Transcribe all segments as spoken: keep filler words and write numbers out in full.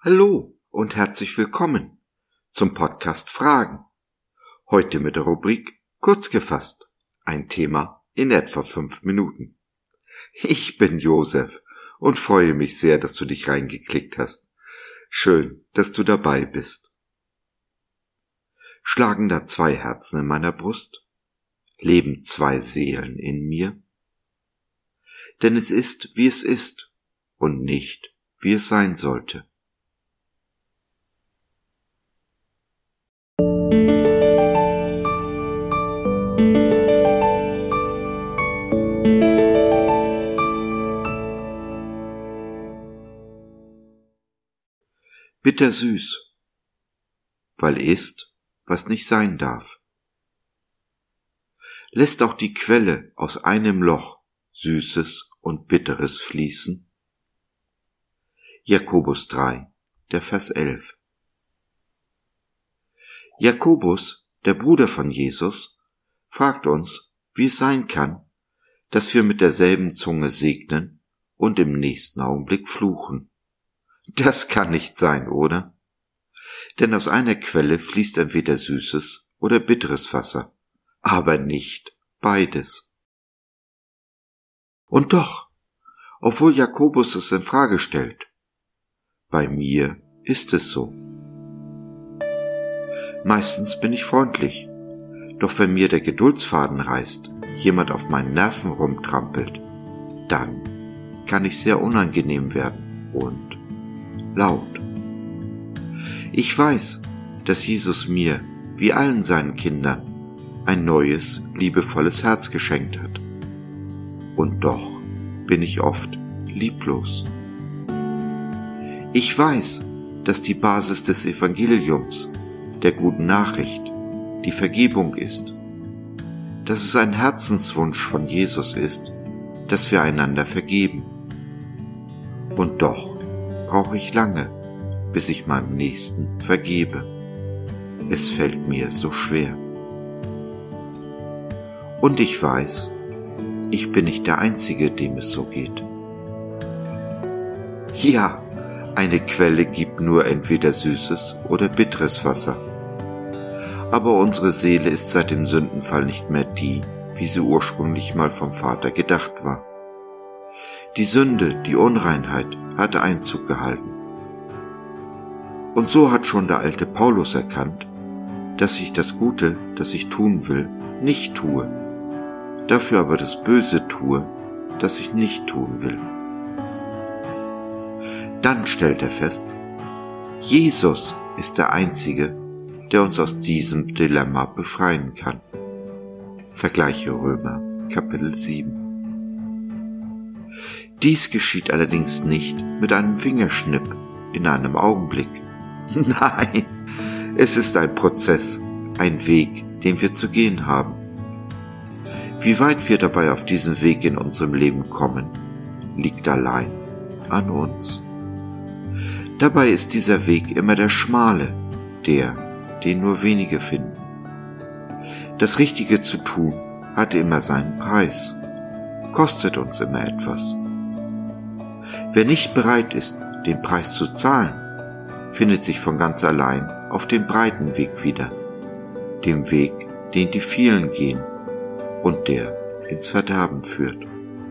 Hallo und herzlich willkommen zum Podcast Fragen. Heute mit der Rubrik Kurz gefasst, ein Thema in etwa fünf Minuten. Ich bin Josef und freue mich sehr, dass du dich reingeklickt hast. Schön, dass du dabei bist. Schlagen da zwei Herzen in meiner Brust? Leben zwei Seelen in mir? Denn es ist, wie es ist und nicht, wie es sein sollte. Bittersüß, weil ist, was nicht sein darf. Lässt auch die Quelle aus einem Loch Süßes und Bitteres fließen? Jakobus drei, der Vers elf. Jakobus, der Bruder von Jesus, fragt uns, wie es sein kann, dass wir mit derselben Zunge segnen und im nächsten Augenblick fluchen. Das kann nicht sein, oder? Denn aus einer Quelle fließt entweder süßes oder bitteres Wasser, aber nicht beides. Und doch, obwohl Jakobus es in Frage stellt, bei mir ist es so. Meistens bin ich freundlich, doch wenn mir der Geduldsfaden reißt, jemand auf meinen Nerven rumtrampelt, dann kann ich sehr unangenehm werden und laut. Ich weiß, dass Jesus mir, wie allen seinen Kindern, ein neues, liebevolles Herz geschenkt hat. Und doch bin ich oft lieblos. Ich weiß, dass die Basis des Evangeliums, der guten Nachricht, die Vergebung ist, dass es ein Herzenswunsch von Jesus ist, dass wir einander vergeben. Und doch brauche ich lange, bis ich meinem Nächsten vergebe. Es fällt mir so schwer. Und ich weiß, ich bin nicht der Einzige, dem es so geht. Ja, eine Quelle gibt nur entweder süßes oder bitteres Wasser. Aber unsere Seele ist seit dem Sündenfall nicht mehr die, wie sie ursprünglich mal vom Vater gedacht war. Die Sünde, die Unreinheit, hatte Einzug gehalten. Und so hat schon der alte Paulus erkannt, dass ich das Gute, das ich tun will, nicht tue, dafür aber das Böse tue, das ich nicht tun will. Dann stellt er fest, Jesus ist der Einzige, der uns aus diesem Dilemma befreien kann. Vergleiche Römer, Kapitel sieben. Dies geschieht allerdings nicht mit einem Fingerschnipp in einem Augenblick. Nein, es ist ein Prozess, ein Weg, den wir zu gehen haben. Wie weit wir dabei auf diesem Weg in unserem Leben kommen, liegt allein an uns. Dabei ist dieser Weg immer der schmale, der, den nur wenige finden. Das Richtige zu tun hat immer seinen Preis, kostet uns immer etwas. Wer nicht bereit ist, den Preis zu zahlen, findet sich von ganz allein auf dem breiten Weg wieder, dem Weg, den die vielen gehen und der ins Verderben führt.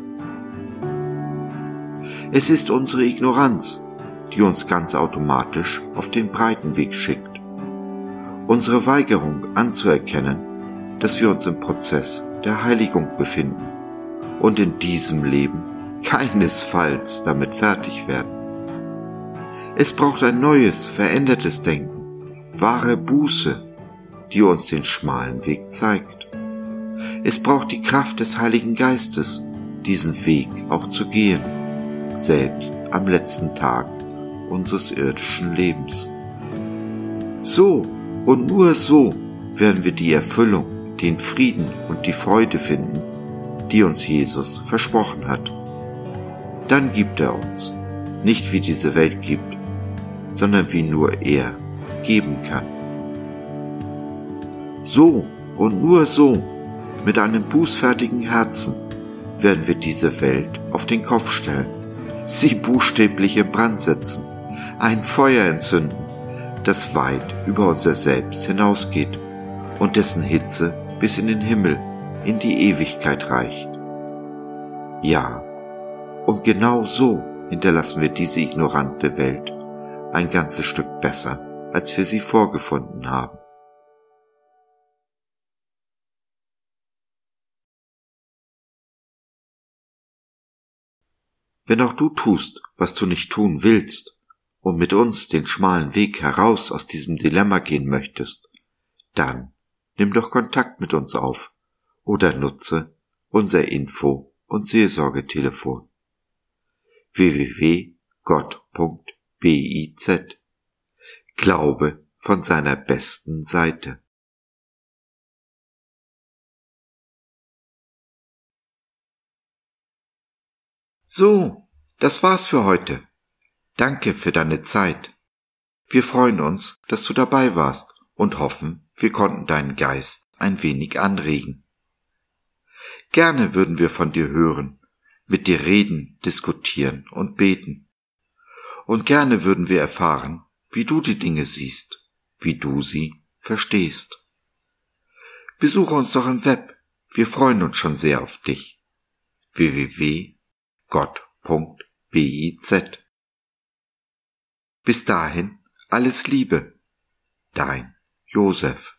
Es ist unsere Ignoranz, die uns ganz automatisch auf den breiten Weg schickt. Unsere Weigerung anzuerkennen, dass wir uns im Prozess der Heiligung befinden und in diesem Leben keinesfalls damit fertig werden. Es braucht ein neues, verändertes Denken, wahre Buße, die uns den schmalen Weg zeigt. Es braucht die Kraft des Heiligen Geistes, diesen Weg auch zu gehen, selbst am letzten Tag unseres irdischen Lebens. So und nur so werden wir die Erfüllung, den Frieden und die Freude finden, die uns Jesus versprochen hat. Dann gibt er uns, nicht wie diese Welt gibt, sondern wie nur er geben kann. So und nur so, mit einem bußfertigen Herzen, werden wir diese Welt auf den Kopf stellen, sie buchstäblich in Brand setzen, ein Feuer entzünden, das weit über unser Selbst hinausgeht und dessen Hitze bis in den Himmel, in die Ewigkeit reicht. Ja, und genau so hinterlassen wir diese ignorante Welt ein ganzes Stück besser, als wir sie vorgefunden haben. Wenn auch du tust, was du nicht tun willst, und mit uns den schmalen Weg heraus aus diesem Dilemma gehen möchtest, dann nimm doch Kontakt mit uns auf oder nutze unser Info- und Seelsorgetelefon w w w punkt gott punkt biz. Glaube von seiner besten Seite. So, das war's für heute. Danke für deine Zeit. Wir freuen uns, dass du dabei warst und hoffen, wir konnten deinen Geist ein wenig anregen. Gerne würden wir von dir hören, mit dir reden, diskutieren und beten. Und gerne würden wir erfahren, wie du die Dinge siehst, wie du sie verstehst. Besuche uns doch im Web, wir freuen uns schon sehr auf dich. w w w punkt gott punkt biz. Bis dahin alles Liebe, dein Josef.